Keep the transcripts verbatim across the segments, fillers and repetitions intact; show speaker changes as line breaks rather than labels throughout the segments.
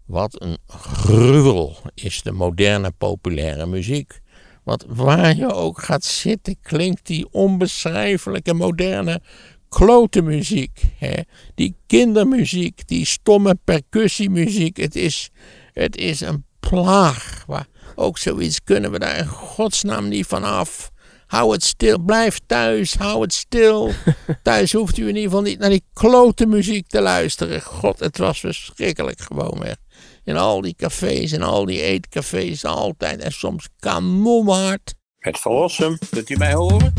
Wat een gruwel is de moderne populaire muziek. Want waar je ook gaat zitten, klinkt die onbeschrijfelijke moderne klote muziek. Hè? Die kindermuziek, die stomme percussiemuziek. Het is, het is een plaag. Maar ook zoiets kunnen we daar in godsnaam niet van af. Hou het stil, blijf thuis, hou het stil. Thuis hoeft u in ieder geval niet naar die klote muziek te luisteren. God, het was verschrikkelijk gewoon weg. In al die cafés en al die eetcafés altijd. En soms kanonhard.
Het verlossen, kunt u mij horen?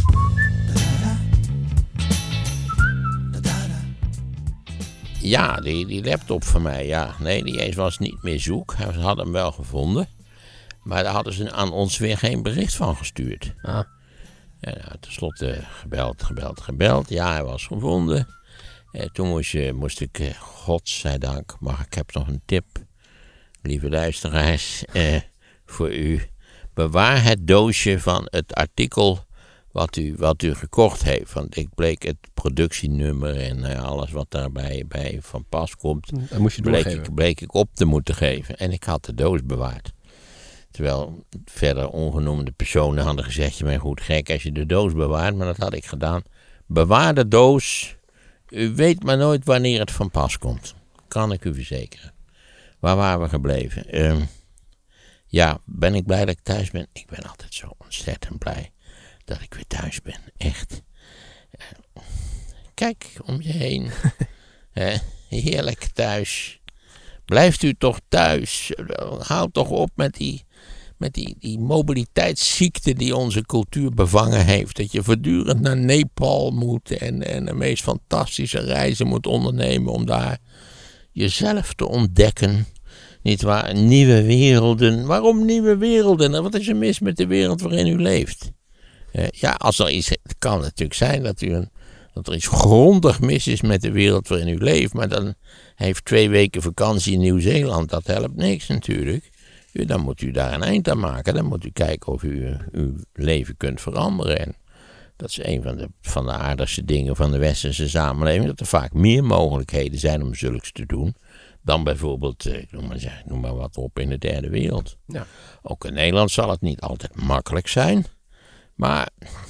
Ja, die, die laptop van mij, ja. Nee, die was niet meer zoek. Ze hadden hem wel gevonden. Maar daar hadden ze aan ons weer geen bericht van gestuurd.
Ah.
En nou, tenslotte gebeld, gebeld, gebeld. Ja, hij was gevonden. En toen moest, je, moest ik, eh, godzijdank, maar ik heb nog een tip. Lieve luisteraars, eh, voor u. Bewaar het doosje van het artikel wat u, wat u gekocht heeft. Want ik bleek het productienummer en eh, alles wat daarbij bij van pas komt,
Dat moest je
bleek
doorgeven.
ik, bleek ik op te moeten geven. En ik had de doos bewaard. Terwijl verder ongenoemde personen hadden gezegd, je bent goed gek als je de doos bewaart. Maar dat had ik gedaan. Bewaar de doos. U weet maar nooit wanneer het van pas komt. Kan ik u verzekeren. Waar waren we gebleven? Uh, ja, ben ik blij dat ik thuis ben? Ik ben altijd zo ontzettend blij dat ik weer thuis ben. Echt. Uh, kijk om je heen. uh, heerlijk thuis. Blijft u toch thuis. Houd toch op met die, met die, die mobiliteitsziekte die onze cultuur bevangen heeft. Dat je voortdurend naar Nepal moet en, en de meest fantastische reizen moet ondernemen om daar jezelf te ontdekken. Niet waar? Nieuwe werelden. Waarom nieuwe werelden? Wat is er mis met de wereld waarin u leeft? Uh, ja, als er iets... Het kan natuurlijk zijn dat, u een, dat er iets grondig mis is met de wereld waarin u leeft. Maar dan heeft twee weken vakantie in Nieuw-Zeeland. Dat helpt niks natuurlijk. U, dan moet u daar een eind aan maken. Dan moet u kijken of u uh, uw leven kunt veranderen. En dat is een van de, van de aardigste dingen van de westerse samenleving. Dat er vaak meer mogelijkheden zijn om zulks te doen dan bijvoorbeeld, ik noem maar, noem maar wat op, in de derde wereld.
Ja.
Ook in Nederland zal het niet altijd makkelijk zijn. Maar,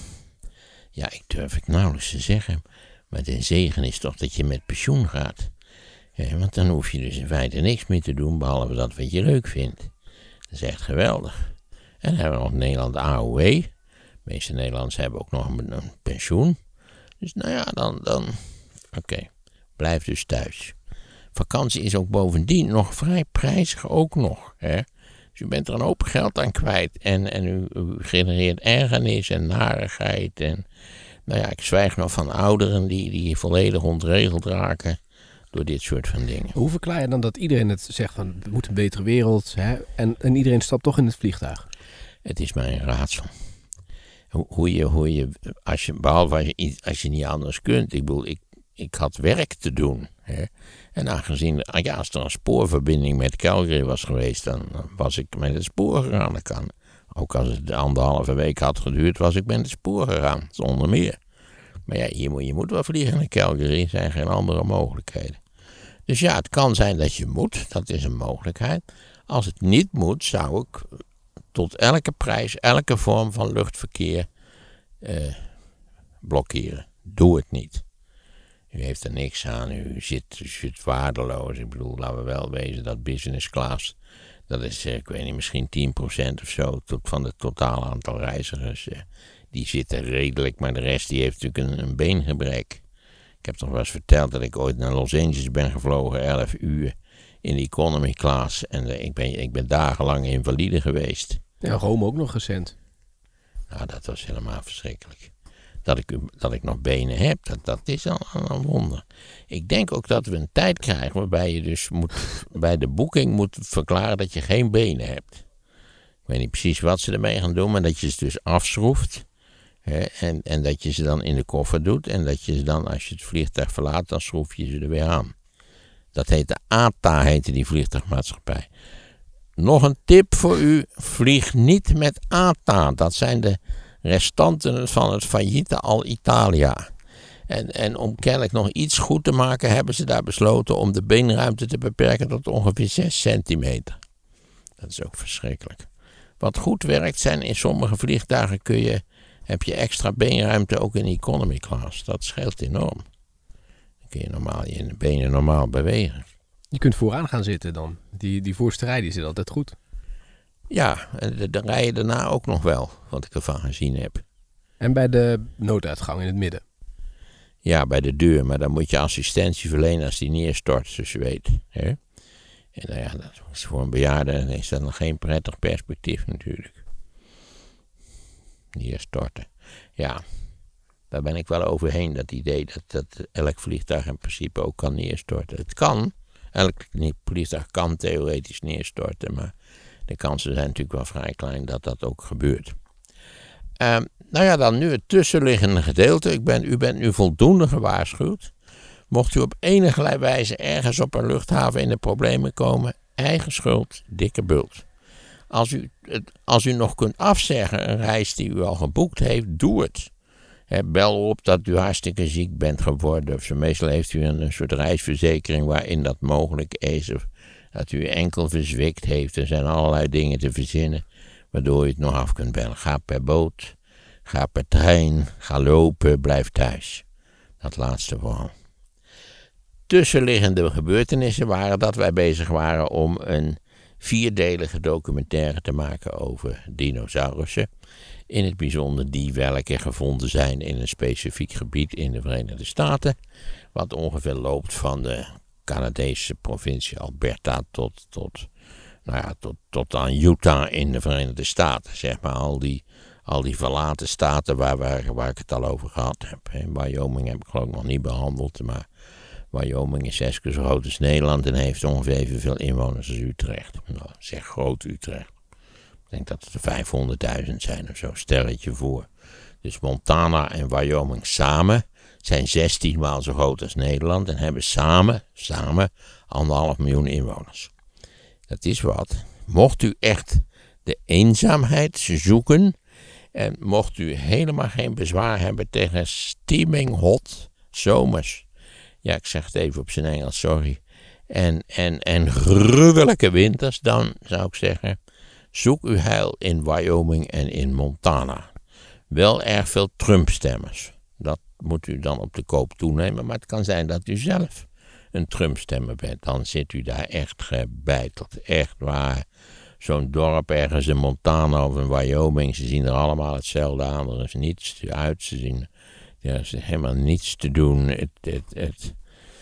ja, ik durf het nauwelijks te zeggen. Maar de zegen is toch dat je met pensioen gaat. Ja, want dan hoef je dus in feite niks meer te doen, behalve dat wat je leuk vindt. Dat is echt geweldig. En dan hebben we nog in Nederland A O W. De meeste Nederlanders hebben ook nog een, een pensioen. Dus nou ja, dan, dan oké, okay. Blijf dus thuis. Vakantie is ook bovendien nog vrij prijzig ook nog. Hè? Dus u bent er een hoop geld aan kwijt. En, en u, u genereert ergernis en narigheid. En nou ja, ik zwijg nog van ouderen die, die volledig ontregeld raken door dit soort van dingen.
Hoe verklaar je dan dat iedereen het zegt van, we moeten een betere wereld. Hè? En, en iedereen stapt toch in het vliegtuig?
Het is mij een raadsel. Hoe, hoe je, hoe je, als je, behalve als je, als je niet anders kunt. Ik bedoel, ik, ik had werk te doen. Hè? En aangezien, ja, als er een spoorverbinding met Calgary was geweest, dan was ik met het spoor gegaan. Dat kan. Ook als het anderhalve week had geduurd, was ik met het spoor gegaan, zonder meer. Maar ja, je moet, je moet wel vliegen naar Calgary, er zijn geen andere mogelijkheden. Dus ja, het kan zijn dat je moet, dat is een mogelijkheid. Als het niet moet, zou ik tot elke prijs, elke vorm van luchtverkeer eh, blokkeren. Doe het niet. U heeft er niks aan, u zit, u zit waardeloos. Ik bedoel, laten we wel wezen dat business class, dat is, ik weet niet, misschien tien procent of zo tot van het totale aantal reizigers. Die zitten redelijk, maar de rest die heeft natuurlijk een, een beengebrek. Ik heb toch wel eens verteld dat ik ooit naar Los Angeles ben gevlogen, elf uur in de economy class. En uh, ik, ben, ik ben dagenlang invalide geweest.
Ja, Rome ook nog recent.
Nou, dat was helemaal verschrikkelijk. Dat ik, dat ik nog benen heb, dat, dat is al een wonder. Ik denk ook dat we een tijd krijgen waarbij je dus moet, bij de boeking moet verklaren dat je geen benen hebt. Ik weet niet precies wat ze ermee gaan doen, maar dat je ze dus afschroeft. Hè, en, en dat je ze dan in de koffer doet. En dat je ze dan, als je het vliegtuig verlaat, dan schroef je ze er weer aan. Dat heet de A T A, heette die vliegtuigmaatschappij. Nog een tip voor u, vlieg niet met A T A. Dat zijn de restanten van het failliete Alitalia. En, en om kennelijk nog iets goed te maken, hebben ze daar besloten om de beenruimte te beperken tot ongeveer zes centimeter. Dat is ook verschrikkelijk. Wat goed werkt zijn in sommige vliegtuigen kun je, heb je extra beenruimte ook in economy class. Dat scheelt enorm. Dan kun je normaal je benen normaal bewegen.
Je kunt vooraan gaan zitten dan. Die, die voorste rij die zit altijd goed.
Ja, en dan rij je daarna ook nog wel, wat ik ervan gezien heb.
En bij de nooduitgang in het midden.
Ja, bij de deur, maar dan moet je assistentie verlenen als die neerstort, zoals je weet. Hè? En nou ja, dat is voor een bejaarde is dat nog geen prettig perspectief natuurlijk. Neerstorten. Ja, daar ben ik wel overheen, dat idee dat, dat elk vliegtuig in principe ook kan neerstorten. Het kan, elk vliegtuig kan theoretisch neerstorten, maar de kansen zijn natuurlijk wel vrij klein dat dat ook gebeurt. Uh, nou ja, dan nu het tussenliggende gedeelte. Ik ben, u bent nu voldoende gewaarschuwd. Mocht u op enige wijze ergens op een luchthaven in de problemen komen, eigen schuld, dikke bult. Als u, het, als u nog kunt afzeggen een reis die u al geboekt heeft, doe het. He, bel op dat u hartstikke ziek bent geworden. Of zo. Meestal heeft u een, een soort reisverzekering waarin dat mogelijk is. Of dat u enkel verzwikt heeft. Er zijn allerlei dingen te verzinnen waardoor u het nog af kunt bellen. Ga per boot, ga per trein, ga lopen, blijf thuis. Dat laatste vooral. Tussenliggende gebeurtenissen waren dat wij bezig waren om een vierdelige documentaire te maken over dinosaurussen. In het bijzonder die welke gevonden zijn in een specifiek gebied in de Verenigde Staten. Wat ongeveer loopt van de Canadese provincie Alberta tot, tot, nou ja, tot, tot aan Utah in de Verenigde Staten. Zeg maar al die, al die verlaten staten waar, waar, waar ik het al over gehad heb. In Wyoming heb ik geloof ik nog niet behandeld, maar Wyoming is zes keer zo groot als Nederland en heeft ongeveer evenveel inwoners als Utrecht. Nou, zeg groot Utrecht. Ik denk dat het er vijfhonderdduizend zijn of zo, stel het je voor. Dus Montana en Wyoming samen zijn zestien maal zo groot als Nederland en hebben samen, samen anderhalf miljoen inwoners. Dat is wat. Mocht u echt de eenzaamheid zoeken en mocht u helemaal geen bezwaar hebben tegen steaming hot zomers. Ja, ik zeg het even op zijn Engels, sorry. En, en, en gruwelijke winters, dan zou ik zeggen, zoek uw heil in Wyoming en in Montana. Wel erg veel Trump-stemmers. Dat moet u dan op de koop toenemen, maar het kan zijn dat u zelf een Trump-stemmer bent. Dan zit u daar echt gebeiteld, echt waar. Zo'n dorp ergens in Montana of in Wyoming, ze zien er allemaal hetzelfde aan. Er is niets uit, ze zien, er is helemaal niets te doen. Het, het, het.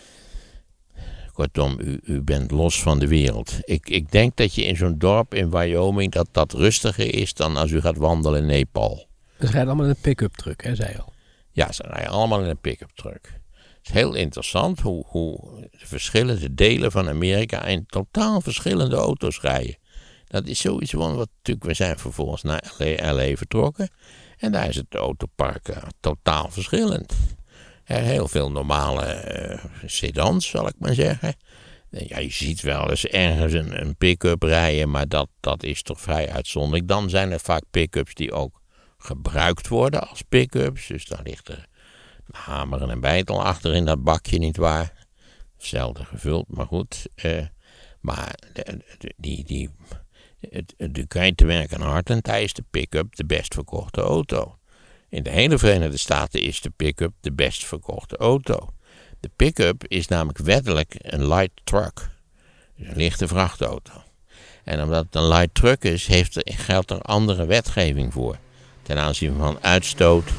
Kortom, u, u bent los van de wereld. Ik, ik denk dat je in zo'n dorp in Wyoming, dat dat rustiger is dan als u gaat wandelen in Nepal.
Ze rijden allemaal in een pick-up truck, hè, zei je al.
Ja, ze rijden allemaal in een pick-up truck. Het is heel interessant hoe, hoe de verschillende delen van Amerika in totaal verschillende auto's rijden. Dat is zoiets van, wat natuurlijk, we zijn vervolgens naar L A vertrokken. En daar is het autopark uh, totaal verschillend. Er heel veel normale uh, sedans, zal ik maar zeggen. Ja, je ziet wel eens ergens een, een pick-up rijden, maar dat, dat is toch vrij uitzonderlijk. Dan zijn er vaak pick-ups die ook gebruikt worden als pick-ups. Dus daar ligt er een hamer en een bijtel achter in dat bakje, nietwaar? Zelden gevuld, maar goed. Uh, maar de, de, die, die, het, de kwijtwerk aan Heartland, hij is de pick-up de best verkochte auto. In de hele Verenigde Staten is de pick-up de best verkochte auto. De pick-up is namelijk wettelijk een light truck. Dus een lichte vrachtauto. En omdat het een light truck is, heeft er, geldt er andere wetgeving voor. Ten aanzien van uitstoot.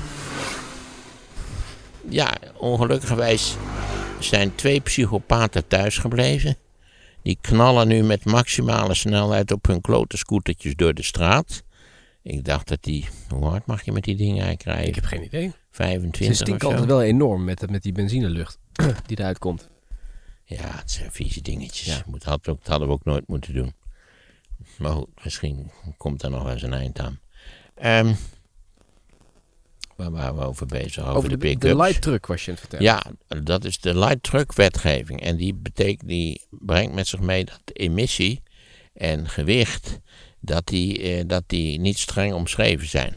Ja, ongelukkigerwijs zijn twee psychopaten thuisgebleven. Die knallen nu met maximale snelheid op hun klote scootertjes door de straat. Ik dacht dat die... Hoe hard mag je met die dingen eigenlijk rijden?
Ik heb geen idee.
vijfentwintig
Ze stinken
of zo.
altijd wel enorm met, met die benzinelucht die eruit komt.
Ja, het zijn vieze dingetjes.
Ja.
Moet, had ook, dat hadden we ook nooit moeten doen. Maar goed, misschien komt er nog eens een eind aan. Um, waar waren we over bezig? Over,
Over
de,
de,
pick-ups.
de light truck was je aan het vertellen.
Ja, dat is de light truck wetgeving. En die, betekent, die brengt met zich mee dat de emissie en gewicht, dat die, eh, dat die niet streng omschreven zijn.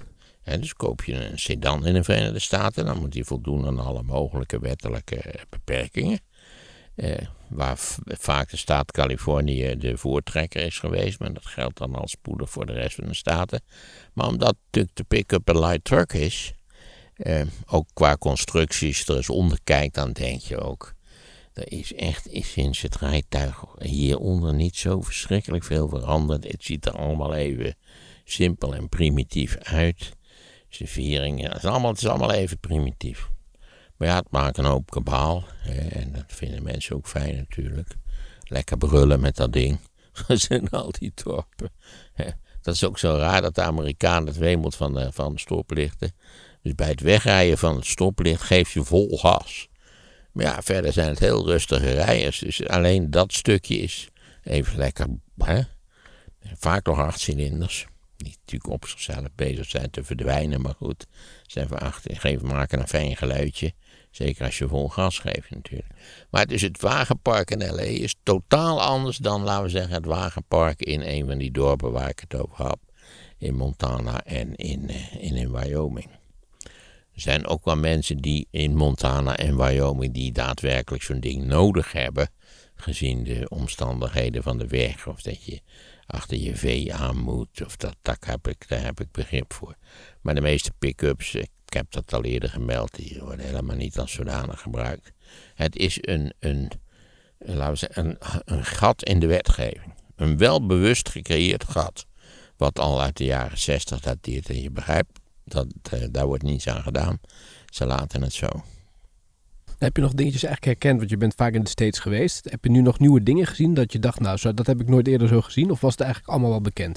He, dus koop je een sedan in de Verenigde Staten, dan moet die voldoen aan alle mogelijke wettelijke beperkingen. Eh, waar v- vaak de staat Californië de voortrekker is geweest, maar dat geldt dan al spoedig voor de rest van de staten. Maar omdat natuurlijk de pick-up een light truck is, eh, ook qua constructies, er eens onder kijkt, dan denk je ook, er is echt is sinds het rijtuig hieronder niet zo verschrikkelijk veel veranderd. Het ziet er allemaal even simpel en primitief uit. Serveringen, het is allemaal, het is allemaal even primitief. Maar ja, het maakt een hoop kabaal. Hè, en dat vinden mensen ook fijn natuurlijk. Lekker brullen met dat ding. Dat zijn al die dorpen. Hè. Dat is ook zo raar dat de Amerikaan het wemelt van de, van de stoplichten. Dus bij het wegrijden van het stoplicht geef je vol gas. Maar ja, verder zijn het heel rustige rijders. Dus alleen dat stukje is even lekker. Hè? Vaak nog acht cilinders. Die natuurlijk op zichzelf bezig zijn te verdwijnen. Maar goed, zijn van achter, geven, maken een fijn geluidje. Zeker als je vol gas geeft natuurlijk. Maar dus het wagenpark in L A is totaal anders dan, laten we zeggen, het wagenpark in een van die dorpen waar ik het over had. In Montana en in, in, in Wyoming. Er zijn ook wel mensen die in Montana en Wyoming die daadwerkelijk zo'n ding nodig hebben. Gezien de omstandigheden van de weg. Of dat je achter je vee aan moet. Of dat, dat heb ik, daar heb ik begrip voor. Maar de meeste pick-ups, ik heb dat al eerder gemeld, die worden helemaal niet als zodanig gebruikt. Het is een, een, laten we zeggen, een, een gat in de wetgeving. Een welbewust gecreëerd gat. Wat al uit de jaren zestig dateert. En je begrijpt, dat, uh, daar wordt niets aan gedaan. Ze laten het zo.
Heb je nog dingetjes eigenlijk herkend? Want je bent vaak in de States geweest. Heb je nu nog nieuwe dingen gezien dat je dacht, nou, zo, dat heb ik nooit eerder zo gezien? Of was het eigenlijk allemaal wel bekend?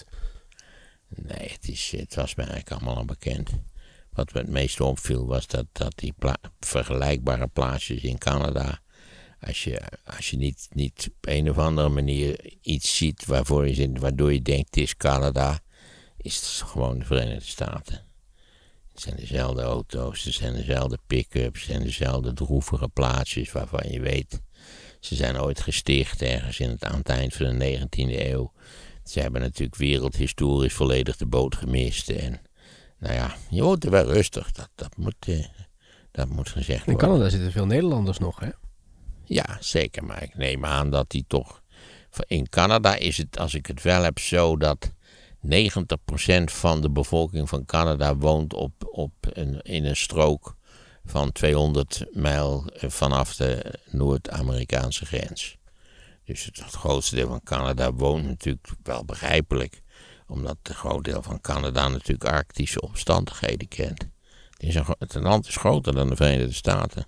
Nee, het, is, het was mij eigenlijk allemaal al bekend. Wat me het meest opviel was dat, dat die pla- vergelijkbare plaatsjes in Canada, als je, als je niet, niet op een of andere manier iets ziet waarvoor je zit, waardoor je denkt het is Canada, is het gewoon de Verenigde Staten. Het zijn dezelfde auto's, het zijn dezelfde pick-ups, het zijn dezelfde droevige plaatsjes waarvan je weet, ze zijn ooit gesticht ergens in het, aan het eind van de negentiende eeuw. Ze hebben natuurlijk wereldhistorisch volledig de boot gemist en nou ja, je wordt er wel rustig, dat, dat, moet, eh, dat moet gezegd worden.
In Canada zitten veel Nederlanders nog, hè?
Ja, zeker, maar ik neem aan dat die toch, in Canada is het, als ik het wel heb, zo dat negentig procent van de bevolking van Canada woont op, op een, in een strook van tweehonderd mijl vanaf de Noord-Amerikaanse grens. Dus het, het grootste deel van Canada woont natuurlijk wel begrijpelijk, omdat een groot deel van Canada natuurlijk arctische omstandigheden kent. Het, is een, het land is groter dan de Verenigde Staten.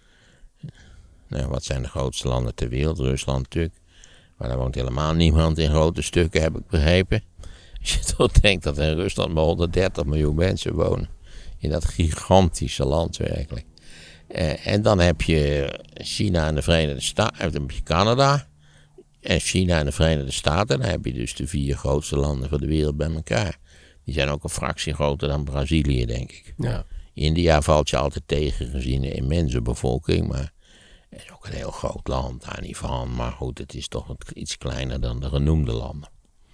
Nou, wat zijn de grootste landen ter wereld? Rusland natuurlijk. Maar daar woont helemaal niemand in grote stukken, heb ik begrepen. Als je toch denkt dat in Rusland maar honderddertig miljoen mensen wonen. In dat gigantische land werkelijk. Eh, en dan heb je China en de Verenigde Staten. Dan heb je Canada. En China en de Verenigde Staten. Dan heb je dus de vier grootste landen van de wereld bij elkaar. Die zijn ook een fractie groter dan Brazilië, denk ik.
Ja.
India valt je altijd tegen gezien de immense bevolking. Maar het is ook een heel groot land, daar niet van. Maar goed, het is toch iets kleiner dan de genoemde landen.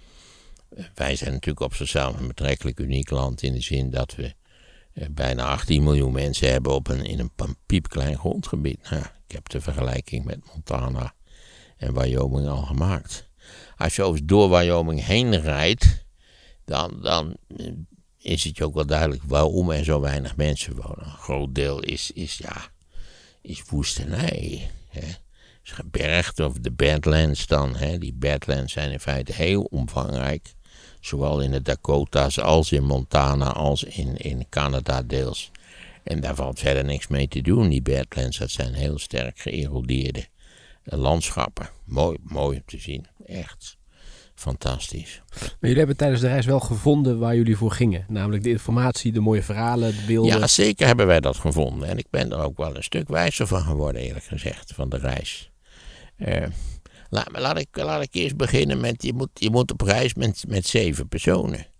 Wij zijn natuurlijk op zichzelf een betrekkelijk uniek land in de zin dat we bijna achttien miljoen mensen hebben op een, in een piepklein grondgebied. Nou, ik heb de vergelijking met Montana en Wyoming al gemaakt. Als je overigens door Wyoming heen rijdt, dan, dan is het je ook wel duidelijk waarom er zo weinig mensen wonen. Een groot deel is, is, ja, is woestenij. Hè. Is gebergd of de Badlands dan. Hè. Die Badlands zijn in feite heel omvangrijk. Zowel in de Dakota's als in Montana als in, in Canada deels. En daar valt verder niks mee te doen. Die Badlands, dat zijn heel sterk geërodeerde landschappen. Mooi, mooi om te zien. Echt fantastisch.
Maar jullie hebben tijdens de reis wel gevonden waar jullie voor gingen. Namelijk de informatie, de mooie verhalen, de beelden.
Ja, zeker hebben wij dat gevonden. En ik ben er ook wel een stuk wijzer van geworden, eerlijk gezegd, van de reis. Uh, laat, laat, ik, laat ik eerst beginnen met, je moet, je moet op reis met, met zeven personen.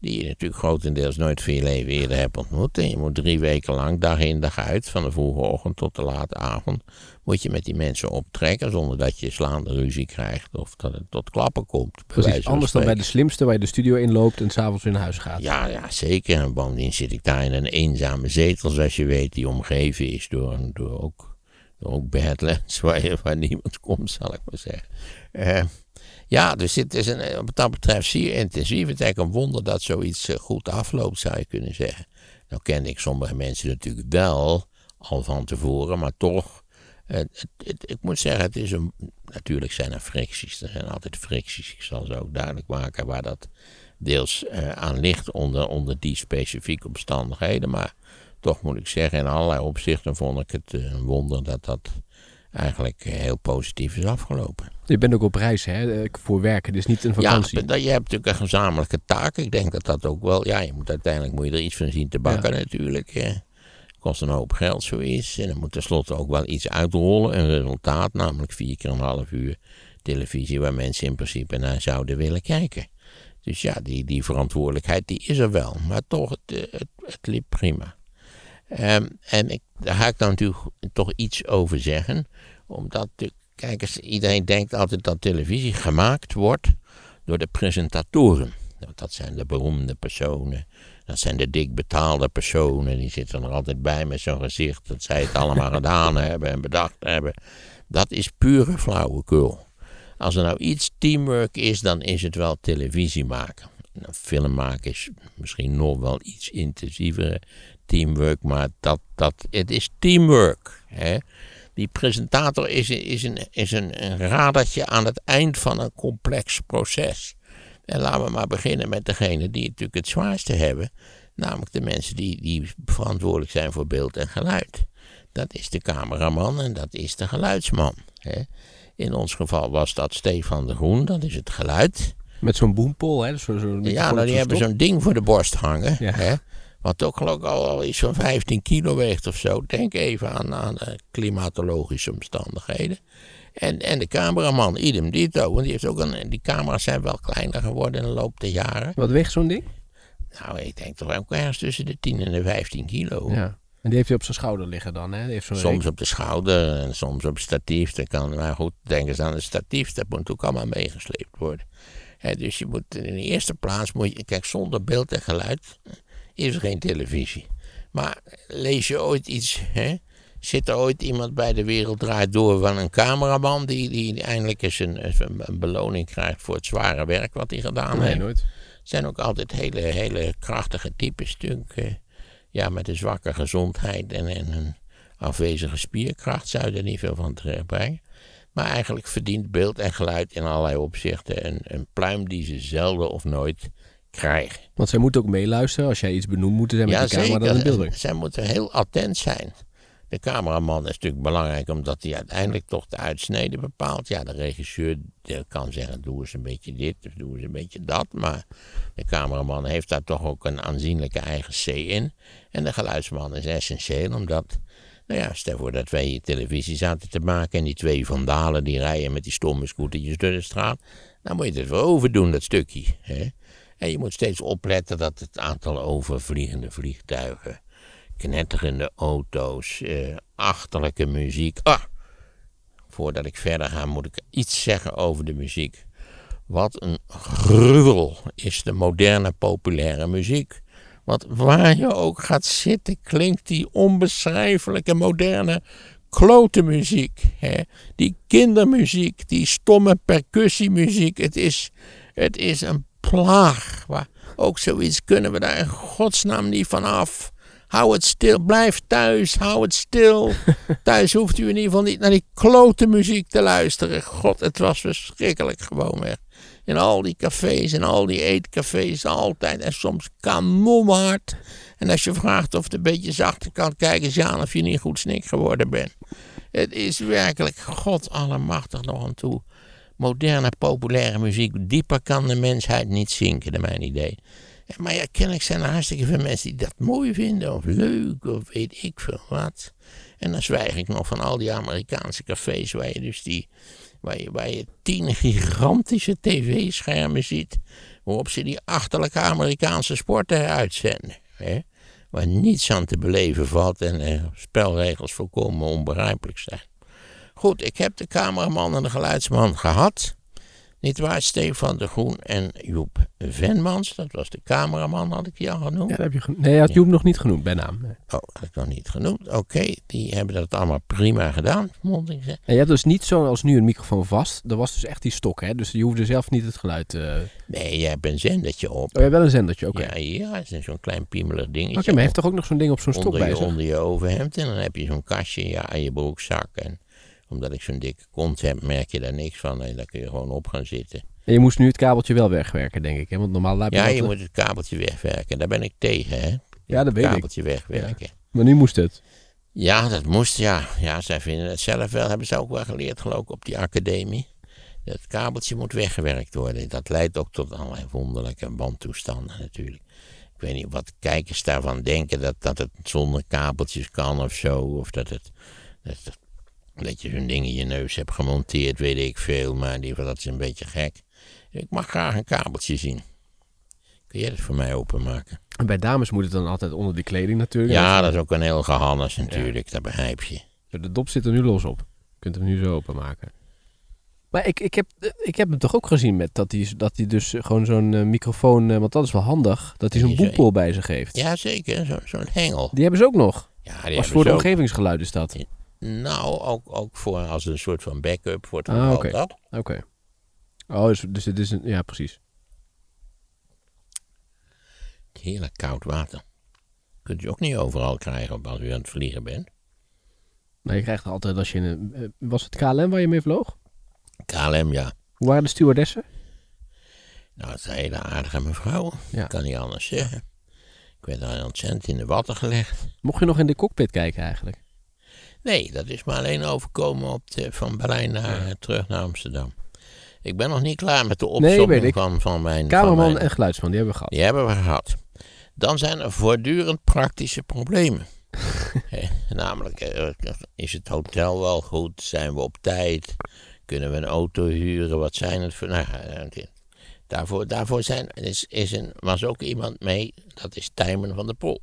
die je natuurlijk grotendeels nooit van je leven eerder hebt ontmoet. En je moet drie weken lang, dag in dag uit, van de vroege ochtend tot de late avond, moet je met die mensen optrekken zonder dat je slaande ruzie krijgt of dat het tot klappen komt.
Precies, anders dan bij de slimste waar je de studio inloopt en s'avonds weer naar huis gaat.
Ja, ja, zeker. En bovendien zit ik daar in een eenzame zetel, zoals je weet, die omgeven is door, door ook, door ook badlands, waar, je, waar niemand komt, zal ik maar zeggen. Uh, ja, dus dit is een, wat dat betreft zeer intensief. Het is eigenlijk een wonder dat zoiets uh, goed afloopt, zou je kunnen zeggen. Nou kende ik sommige mensen natuurlijk wel al van tevoren, maar toch... Uh, het, het, ik moet zeggen, het is een, natuurlijk zijn er fricties. Er zijn altijd fricties. Ik zal ze ook duidelijk maken waar dat deels uh, aan ligt onder, onder die specifieke omstandigheden. Maar toch moet ik zeggen, in allerlei opzichten vond ik het uh, een wonder dat dat eigenlijk uh, heel positief is afgelopen.
Je bent ook op reis, hè, voor werken, dus niet een vakantie.
Ja, je hebt natuurlijk een gezamenlijke taak. Ik denk dat dat ook wel, ja, je moet uiteindelijk moet je er iets van zien te bakken ja. natuurlijk. Hè. Kost een hoop geld zoiets. En er moet tenslotte ook wel iets uitrollen. Een resultaat, namelijk vier keer een half uur televisie waar mensen in principe naar zouden willen kijken. Dus ja, die, die verantwoordelijkheid die is er wel. Maar toch, het, het, het liep prima. Um, en ik, daar ga ik dan natuurlijk toch iets over zeggen. Omdat, kijk eens, iedereen denkt altijd dat televisie gemaakt wordt door de presentatoren. Dat zijn de beroemde personen. Dat zijn de dik betaalde personen. Die zitten er altijd bij met zo'n gezicht dat zij het allemaal gedaan hebben en bedacht hebben. Dat is pure flauwekul. Als er nou iets teamwork is, dan is het wel televisie maken. Nou, film maken is misschien nog wel iets intensievere teamwork, maar dat, dat, het is teamwork. Hè? Die presentator is, is, een, is een, een radertje aan het eind van een complex proces. En laten we maar beginnen met degene die natuurlijk het zwaarste hebben. Namelijk de mensen die, die verantwoordelijk zijn voor beeld en geluid. Dat is de cameraman en dat is de geluidsman. Hè. In ons geval was dat Stefan de Groen, dat is het geluid.
Met zo'n boempol, hè? Zo, zo
ja, nou, die hebben zo'n ding voor de borst hangen. Ja. Hè. Wat ook geloof ik al, al iets van vijftien kilo weegt of zo. Denk even aan, aan de klimatologische omstandigheden. En, en de cameraman, idem dito. Want die, heeft ook een, die camera's zijn wel kleiner geworden in de loop der jaren.
Wat weegt zo'n ding?
Nou, ik denk toch ook ergens tussen de tien en de vijftien kilo.
Ja. En die heeft hij op zijn schouder liggen dan, hè? Die heeft zo'n
soms
reek.
op de schouder en soms op statief. Dat kan, maar goed, denk eens aan het statief. Dat moet ook allemaal meegesleept worden. He, dus je moet in de eerste plaats, moet je, kijk, zonder beeld en geluid is er geen televisie. Maar lees je ooit iets, hè? Zit er ooit iemand bij De Wereld Draait Door van een cameraman die, die eindelijk eens een, een beloning krijgt voor het zware werk wat hij gedaan
nee,
heeft?
nooit.
Het zijn ook altijd hele, hele krachtige types, stuk, uh, ja, met een zwakke gezondheid en, en een afwezige spierkracht zou je er niet veel van terechtbrengen. Maar eigenlijk verdient beeld en geluid in allerlei opzichten een, een pluim die ze zelden of nooit krijgen.
Want zij moeten ook meeluisteren. Als jij iets benoemt, moeten zij met
ja,
de camera dan in beeld brengen.
Zij moeten heel attent zijn. De cameraman is natuurlijk belangrijk omdat hij uiteindelijk toch de uitsnede bepaalt. Ja, de regisseur kan zeggen, doe eens een beetje dit of doe eens een beetje dat. Maar de cameraman heeft daar toch ook een aanzienlijke eigen C in. En de geluidsman is essentieel omdat, nou ja, stel voor dat wij televisie zaten te maken en die twee vandalen die rijden met die stomme scootertjes door de straat. Dan moet je het wel overdoen, dat stukje. Hè? En je moet steeds opletten dat het aantal overvliegende vliegtuigen, knetterende auto's, eh, achterlijke muziek. Ah, voordat ik verder ga moet ik iets zeggen over de muziek. Wat een gruwel is de moderne populaire muziek. Want waar je ook gaat zitten klinkt die onbeschrijfelijke moderne klote muziek. Hè? Die kindermuziek, die stomme percussiemuziek. Het is, het is een plaag. Maar ook zoiets kunnen we daar in godsnaam niet van af. Hou het stil, blijf thuis, hou het stil. Thuis hoeft u in ieder geval niet naar die klote muziek te luisteren. God, het was verschrikkelijk gewoon weg. In al die cafés en al die eetcafés altijd. En soms kanonhard. En als je vraagt of het een beetje zachter kan, kijk eens aan of je niet goed snik geworden bent. Het is werkelijk, God allemachtig nog aan toe. Moderne, populaire muziek, dieper kan de mensheid niet zinken, naar mijn idee. Maar ja, kennelijk zijn er hartstikke veel mensen die dat mooi vinden, of leuk, of weet ik veel wat. En dan zwijg ik nog van al die Amerikaanse cafés waar je dus die, waar je, waar je tien gigantische tv-schermen ziet, Waarop ze die achterlijke Amerikaanse sporten uitzenden. Hè? Waar niets aan te beleven valt en eh, spelregels volkomen onbegrijpelijk zijn. Goed, ik heb de cameraman en de geluidsman gehad. Niet waar, Stefan de Groen en Joep Venmans. Dat was de cameraman, had ik die al genoemd.
Ja, dat heb je geno- nee, je had Joep nog niet genoemd bij naam. Nee.
Oh, had ik nog niet genoemd. Oké, okay, die hebben dat allemaal prima gedaan, moet ik zeggen.
En je hebt dus niet zoals nu een microfoon vast. Er was dus echt die stok, hè? Dus je hoefde zelf niet het geluid... Uh...
Nee, je hebt een zendertje op.
Oh, je hebt wel een zendertje, oké.
Okay. Ja, ja, het is zo'n klein piemelig dingetje.
Oké, okay, maar je heeft toch ook nog zo'n ding op zo'n stok
onder
bij
je,
zich?
Onder je overhemd en dan heb je zo'n kastje ja, aan je broekzak. En omdat ik zo'n dikke kont heb, merk je daar niks van. En daar kun je gewoon op gaan zitten.
En je moest nu het kabeltje wel wegwerken, denk ik. Hè? Want normaal laat je
Ja,
dat...
je moet het kabeltje wegwerken. Daar ben ik tegen, hè?
Ja, dat weet ik.
Het kabeltje wegwerken.
Ja. Maar nu moest het.
Ja, dat moest, ja. Ja, zij vinden het zelf wel. Hebben ze ook wel geleerd, geloof ik, op die academie. Dat kabeltje moet weggewerkt worden. Dat leidt ook tot allerlei wonderlijke bandtoestanden natuurlijk. Ik weet niet wat kijkers daarvan denken, dat, dat het zonder kabeltjes kan of zo. Of dat het... Dat, dat, dat je zo'n ding in je neus hebt gemonteerd, weet ik veel. Maar in ieder geval, dat is een beetje gek. Ik mag graag een kabeltje zien. Kun jij dat voor mij openmaken?
En bij dames moet het dan altijd onder de kleding natuurlijk.
Ja, dat is ook een heel gehannes natuurlijk, ja. Dat begrijp je.
De dop zit er nu los op. Je kunt hem nu zo openmaken. Maar ik, ik, heb, ik heb hem toch ook gezien met dat hij dat hij dus gewoon zo'n uh, microfoon, uh, want dat is wel handig, dat hij zo'n boempool bij zich heeft.
Ja, zeker. Zo, zo'n hengel.
Die hebben ze ook nog.
Ja, die
Als voor de
ook.
omgevingsgeluid is dat.
Ja, nou, ook, ook voor als een soort van backup voor het
ah,
geval
okay.
dat.
Oké. Okay. Oh, dus, dus het is een... Ja, precies.
Heerlijk koud water. Kunt u ook niet overal krijgen als u aan het vliegen bent.
Nou, je krijgt altijd als je in een... Was het K L M waar je mee vloog?
K L M, ja.
Hoe waren de stewardessen?
Nou, het zijn hele aardige mevrouwen.
Ja.
Kan niet anders zeggen. Ik werd daar ontzettend in de watten gelegd.
Mocht je nog in de cockpit kijken eigenlijk?
Nee, dat is me alleen overkomen op de, van Berlijn naar, ja. terug naar Amsterdam. Ik ben nog niet klaar met de opzomming
nee,
van, van mijn...
Cameraman
van mijn,
en geluidsman, die hebben we gehad.
Die hebben we gehad. Dan zijn er voortdurend praktische problemen. He, namelijk, is het hotel wel goed? Zijn we op tijd? Kunnen we een auto huren? Wat zijn het voor... Nou, daarvoor, daarvoor zijn, is, is een, was ook iemand mee, dat is Tijmen van der Pol.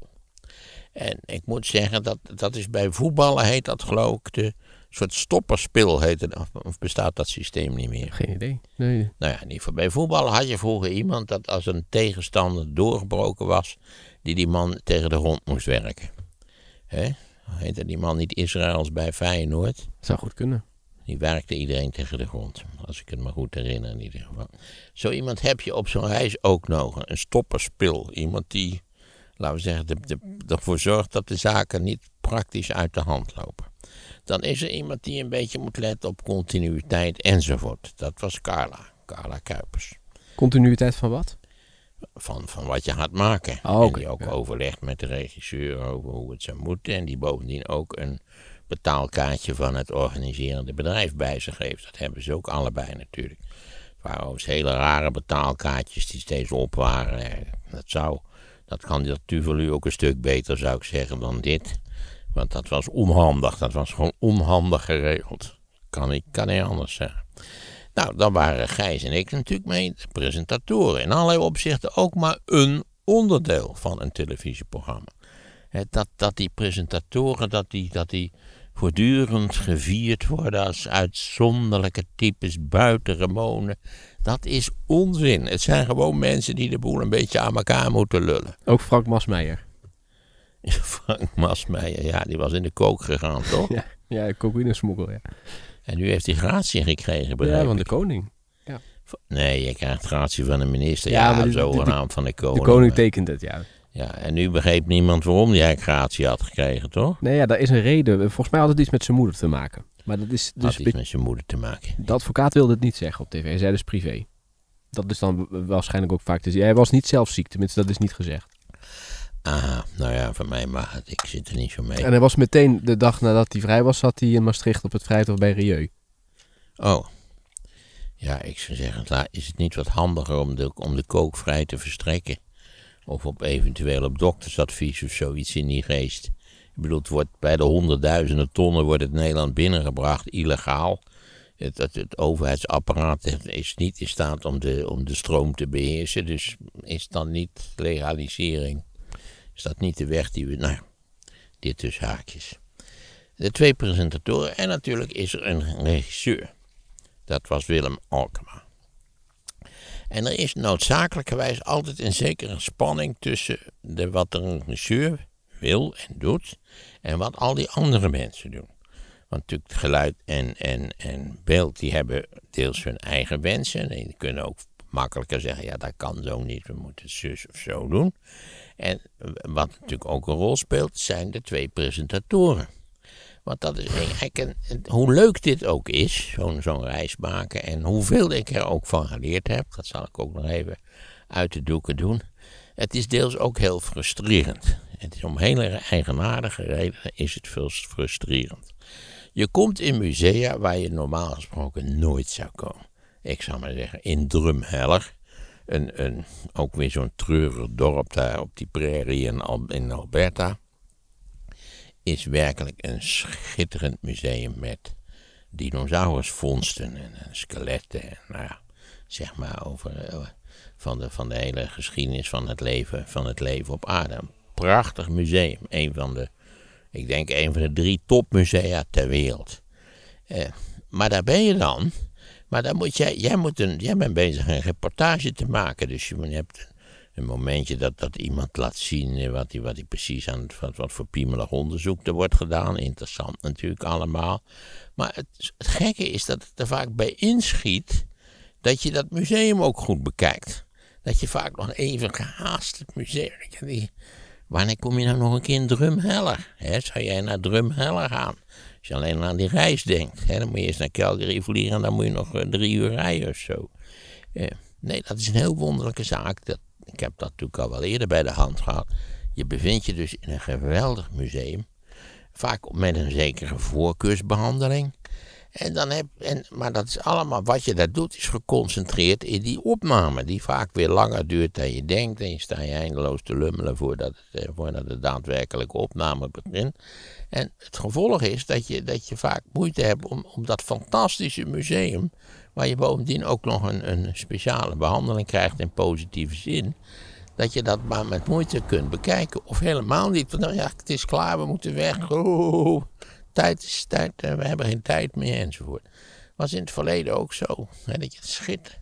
En ik moet zeggen, dat, dat is bij voetballen heet dat geloof ik de soort stopperspil heet het, of bestaat dat systeem niet meer?
Geen idee. Nee.
Nou ja, in ieder geval bij voetballen had je vroeger iemand dat als een tegenstander doorgebroken was, die die man tegen de grond moest werken. Hè? Heette die man niet Israëls bij Feyenoord?
Zou goed kunnen.
Die werkte iedereen tegen de grond, als ik het me goed herinner in ieder geval. Zo iemand heb je op zo'n reis ook nog, een stopperspil. Iemand die, laten we zeggen, de, de, ervoor zorgt dat de zaken niet praktisch uit de hand lopen. Dan is er iemand die een beetje moet letten op continuïteit enzovoort. Dat was Carla, Carla Kuipers.
Continuïteit van wat?
Van, van wat je gaat maken.
Oh, okay.
En die ook ja. overlegt met de regisseur over hoe het zou moeten. En die bovendien ook een betaalkaartje van het organiserende bedrijf bij zich heeft. Dat hebben ze ook allebei natuurlijk. Het waren overigens hele rare betaalkaartjes die steeds op waren. Dat, zou, dat kan dat Tuvalu ook een stuk beter, zou ik zeggen, dan dit. Want dat was onhandig. Dat was gewoon onhandig geregeld. Kan ik kan niet anders zeggen. Nou, dan waren Gijs en ik natuurlijk mee de presentatoren. In allerlei opzichten ook maar een onderdeel van een televisieprogramma. Dat, dat die presentatoren, dat die, dat die voortdurend gevierd worden als uitzonderlijke types buitengewonen. Dat is onzin. Het zijn gewoon mensen die de boel een beetje aan elkaar moeten lullen.
Ook Frank Masmeijer.
Frank Masmeijer, ja, die was in de kook gegaan, toch?
Ja, ja cocaïnesmokkel, ja.
En nu heeft hij gratie gekregen, begrijp
Ja, van de
ik.
koning. Ja.
Nee, je krijgt gratie van de minister.
Ja,
Ja,
maar de-
zogenaamd
de-
van de koning.
De koning tekent het, ja.
Ja, en nu begreep niemand waarom hij eigenlijk gratie had gekregen, toch?
Nee, ja, daar is een reden. Volgens mij had het iets met zijn moeder te maken. Maar dat is
Had
dus...
iets met zijn moeder te maken.
De advocaat wilde het niet zeggen op tv. Hij zei dus privé. Dat is dan waarschijnlijk ook vaak te zien. Hij was niet zelf ziek, tenminste dat is niet gezegd.
Ah, nou ja, voor mij mag het. Ik zit er niet zo mee.
En hij was meteen de dag nadat hij vrij was, zat hij in Maastricht op het Vrijthof bij Rieu.
Oh. Ja, ik zou zeggen, la- is het niet wat handiger om de, om de kook vrij te verstrekken? Of op eventueel op doktersadvies of zoiets in die geest. Ik bedoel, het wordt bij de honderdduizenden tonnen wordt het Nederland binnengebracht, illegaal. Het, het, het overheidsapparaat is niet in staat om de, om de stroom te beheersen. Dus is dan niet legalisering? Is dat niet de weg die we... Nou, dit dus haakjes. De twee presentatoren en natuurlijk is er een regisseur. Dat was Willem Alkema. En er is noodzakelijkerwijs altijd een zekere spanning tussen de, wat een regisseur wil en doet en wat al die andere mensen doen. Want natuurlijk geluid en, en, en beeld die hebben deels hun eigen wensen. En die kunnen ook makkelijker zeggen, ja dat kan zo niet, we moeten het zus of zo doen. En wat natuurlijk ook een rol speelt, zijn de twee presentatoren. Want dat is eigenlijk een, hoe leuk dit ook is, zo'n zo'n reis maken. En hoeveel ik er ook van geleerd heb, dat zal ik ook nog even uit de doeken doen. Het is deels ook heel frustrerend. Het is om hele eigenaardige redenen is het veel frustrerend. Je komt in musea waar je normaal gesproken nooit zou komen. Ik zou maar zeggen, in Drumheller. Een, een, ook weer zo'n treurig dorp daar op die prairie in, Al- in Alberta. Is werkelijk een schitterend museum met dinosaurusvondsten en, en skeletten. En, nou ja, zeg maar over uh, van, de, van de hele geschiedenis van het leven, van het leven op aarde. Een prachtig museum. Een van de, ik denk een van de drie topmusea ter wereld. Uh, maar daar ben je dan. Maar dan moet jij, jij, moet een, jij bent bezig een reportage te maken. Dus je hebt een momentje dat, dat iemand laat zien wat hij wat hij precies aan het, wat, wat voor piemelig onderzoek er wordt gedaan. Interessant natuurlijk allemaal. Maar het, het gekke is dat het er vaak bij inschiet dat je dat museum ook goed bekijkt. Dat je vaak nog even gehaast het museum... Die, wanneer kom je nou nog een keer in Drumheller? He, zou jij naar Drumheller gaan? Als je alleen aan die reis denkt. He, dan moet je eerst naar Calgary vliegen en dan moet je nog uh, drie uur rijden of zo. Uh, nee, dat is een heel wonderlijke zaak. Dat, ik heb dat natuurlijk al wel eerder bij de hand gehad. Je bevindt je dus in een geweldig museum. Vaak met een zekere voorkeursbehandeling. En dan heb, en, maar dat is allemaal, wat je daar doet, is geconcentreerd in die opname. Die vaak weer langer duurt dan je denkt. En je sta je eindeloos te lummelen voordat, het, voordat de daadwerkelijke opname begint. En het gevolg is dat je, dat je vaak moeite hebt om, om dat fantastische museum, waar je bovendien ook nog een, een speciale behandeling krijgt in positieve zin, dat je dat maar met moeite kunt bekijken. Of helemaal niet. Want nou ja, het is klaar, we moeten weg. Oh, tijd is tijd, we hebben geen tijd meer enzovoort. Was in het verleden ook zo. Hè, dat je het schittert.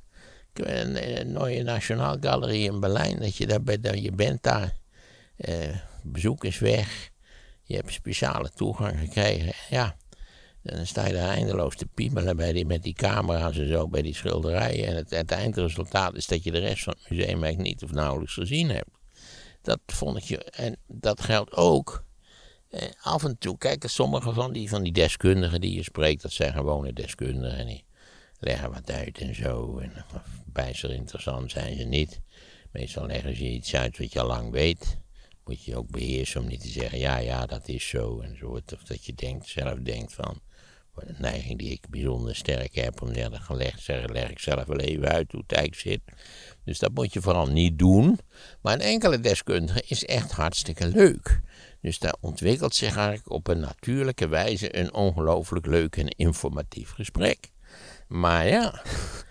Een, een mooie Nationaalgalerie in Berlijn, dat je, daar bij, dat je bent daar. Eh, bezoek is weg. Je hebt speciale toegang gekregen. Ja, dan sta je daar eindeloos te piemelen bij die, met die camera's en zo, bij die schilderijen. En het, het eindresultaat is dat je de rest van het museum eigenlijk niet of nauwelijks gezien hebt. Dat vond ik je, en dat geldt ook. Eh, af en toe, kijk, sommige van die, van die deskundigen die je spreekt, dat zijn gewone deskundigen. En die leggen wat uit en zo. En bijster interessant zijn ze niet. Meestal leggen ze iets uit wat je al lang weet. Moet je ook beheersen om niet te zeggen, ja, ja, dat is zo. En zo. Of dat je denkt, zelf denkt van, een neiging die ik bijzonder sterk heb, om te zeggen, gelegd, zeg, leg ik zelf wel even uit hoe het eigenlijk zit. Dus dat moet je vooral niet doen. Maar een enkele deskundige is echt hartstikke leuk. Dus daar ontwikkelt zich eigenlijk op een natuurlijke wijze een ongelooflijk leuk en informatief gesprek. Maar ja,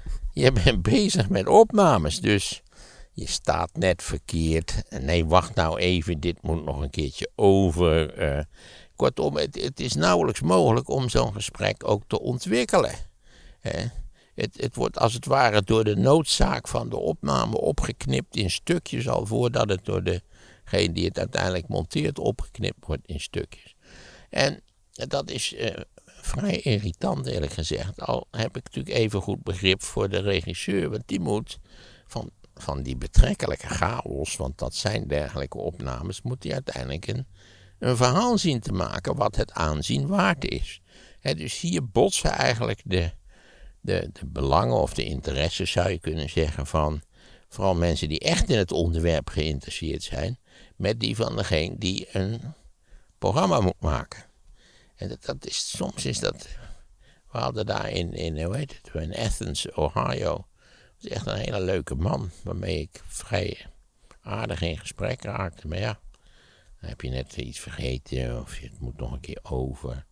je bent bezig met opnames, dus je staat net verkeerd. Nee, wacht nou even, dit moet nog een keertje over. Uh, kortom, het, het is nauwelijks mogelijk om zo'n gesprek ook te ontwikkelen. Uh, het, het wordt als het ware door de noodzaak van de opname opgeknipt in stukjes, al voordat het door degene die het uiteindelijk monteert opgeknipt wordt in stukjes. En dat is uh, vrij irritant, eerlijk gezegd. Al heb ik natuurlijk even goed begrip voor de regisseur, want die moet van, van die betrekkelijke chaos, want dat zijn dergelijke opnames, moet hij uiteindelijk een, een verhaal zien te maken wat het aanzien waard is. He, dus hier botsen eigenlijk de, de, de belangen of de interesses, zou je kunnen zeggen, van vooral mensen die echt in het onderwerp geïnteresseerd zijn, met die van degene die een programma moet maken. En dat, dat is, soms is dat, we hadden daar in, in, hoe heet het, in Athens, Ohio, dat is echt een hele leuke man, waarmee ik vrij aardig in gesprek raakte. Maar ja, dan heb je net iets vergeten, of het moet nog een keer over.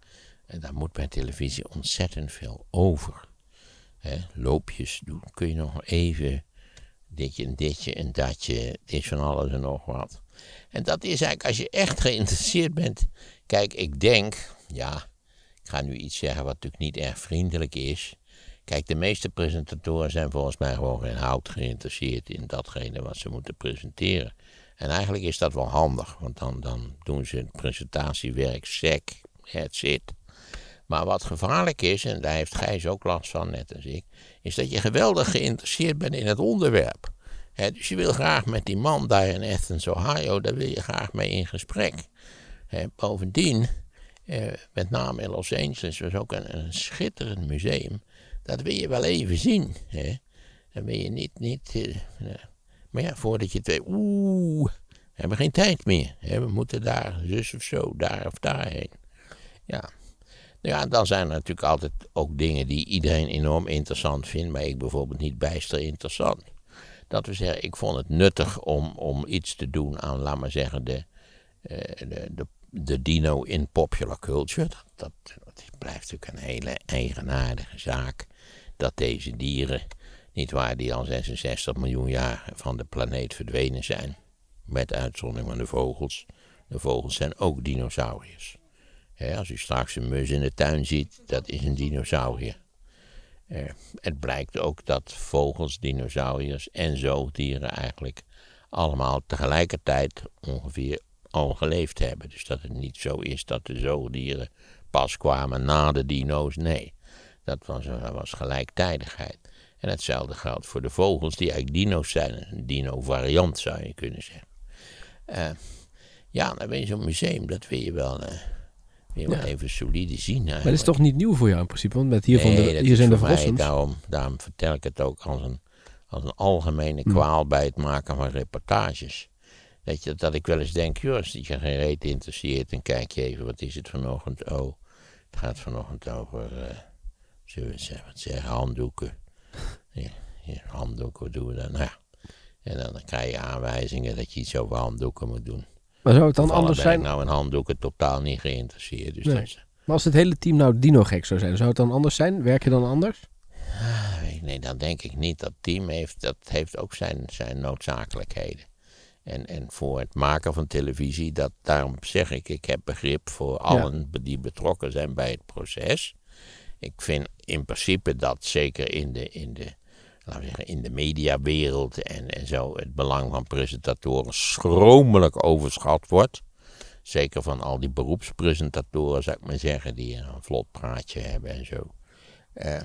En daar moet bij televisie ontzettend veel over. He, loopjes doen, kun je nog even ditje en ditje en datje, het is van alles en nog wat. En dat is eigenlijk, als je echt geïnteresseerd bent. Kijk, ik denk, ja, ik ga nu iets zeggen wat natuurlijk niet erg vriendelijk is. Kijk, de meeste presentatoren zijn volgens mij gewoon geen hout geïnteresseerd in datgene wat ze moeten presenteren. En eigenlijk is dat wel handig, want dan, dan doen ze het presentatiewerk sec, that's it. Maar wat gevaarlijk is, en daar heeft Gijs ook last van, net als ik, is dat je geweldig geïnteresseerd bent in het onderwerp. He, dus je wil graag met die man daar in Athens, Ohio, daar wil je graag mee in gesprek. He, bovendien, eh, met name in Los Angeles, was ook een, een schitterend museum. Dat wil je wel even zien. He. Dan wil je niet, niet uh, maar ja, voordat je het weet, oeh, we hebben geen tijd meer. He, we moeten daar, zus of zo, daar of daarheen. Ja. Ja, dan zijn er natuurlijk altijd ook dingen die iedereen enorm interessant vindt, maar ik bijvoorbeeld niet bijster interessant. Dat we zeggen, ik vond het nuttig om, om iets te doen aan, laat maar zeggen, de, uh, de, de, de dino in popular culture. Dat, dat, dat blijft natuurlijk een hele eigenaardige zaak, dat deze dieren, niet waar, die al zesenzestig miljoen jaar van de planeet verdwenen zijn, met uitzondering van de vogels. De vogels zijn ook dinosauriërs. He, als u straks een mus in de tuin ziet, dat is een dinosaurier. Eh, het blijkt ook dat vogels, dinosauriërs en zoogdieren eigenlijk allemaal tegelijkertijd ongeveer al geleefd hebben. Dus dat het niet zo is dat de zoogdieren pas kwamen na de dino's. Nee, dat was, dat was gelijktijdigheid. En hetzelfde geldt voor de vogels die eigenlijk dino's zijn. Een dino-variant zou je kunnen zeggen. Uh, ja, dan ben je zo'n museum, dat wil je wel... Uh, Je wil ja. even solide zien. Eigenlijk.
Maar dat is toch niet nieuw voor jou in principe? Want met hier, van
nee,
de, hier zijn de verrassings.
Daarom, daarom vertel ik het ook als een, als een algemene kwaal hmm. bij het maken van reportages. Dat, je, dat ik wel eens denk, joh, als je geen reet interesseert, dan kijk je even, wat is het vanochtend? Oh, het gaat vanochtend over, uh, zullen we zeggen, wat zeggen, handdoeken. Ja, ja, handdoeken, wat doen we dan? Nou ja. En dan, dan krijg je aanwijzingen dat je iets over handdoeken moet doen.
Maar zou het dan anders zijn?
Nou, in handdoeken totaal niet geïnteresseerd. Dus
nee.
dat is...
Maar als het hele team nou dino-gek zou zijn, zou het dan anders zijn? Werk je dan anders?
Ah, nee, dan denk ik niet. Dat team heeft, dat heeft ook zijn, zijn noodzakelijkheden. En, en voor het maken van televisie, dat, daarom zeg ik, ik heb begrip voor allen ja. die betrokken zijn bij het proces. Ik vind in principe dat zeker in de... In de laten we zeggen, in de mediawereld en, en zo het belang van presentatoren schromelijk overschat wordt. Zeker van al die beroepspresentatoren, zou ik maar zeggen, die een vlot praatje hebben en zo. Uh,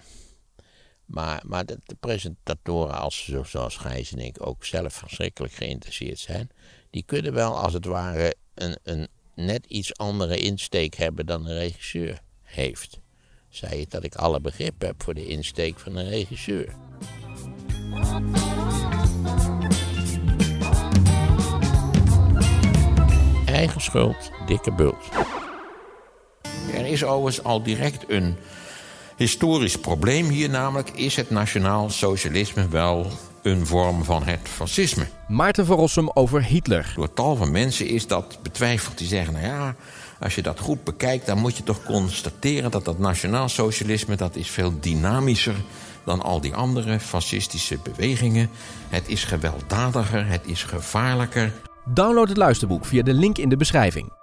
maar maar de, de presentatoren, als ze zoals Gijs en ik ook zelf verschrikkelijk geïnteresseerd zijn, die kunnen wel als het ware een, een net iets andere insteek hebben dan een regisseur heeft. Zei het dat ik alle begrip heb voor de insteek van een regisseur. Eigen schuld, dikke bult. Er is overigens al direct een historisch probleem hier, namelijk is het nationaal socialisme wel een vorm van het fascisme.
Maarten van Rossum over Hitler.
Door tal van mensen is dat betwijfeld. Die zeggen, nou ja, als je dat goed bekijkt, dan moet je toch constateren dat dat nationaal socialisme, dat is veel dynamischer dan al die andere fascistische bewegingen. Het is gewelddadiger, het is gevaarlijker.
Download het luisterboek via de link in de beschrijving.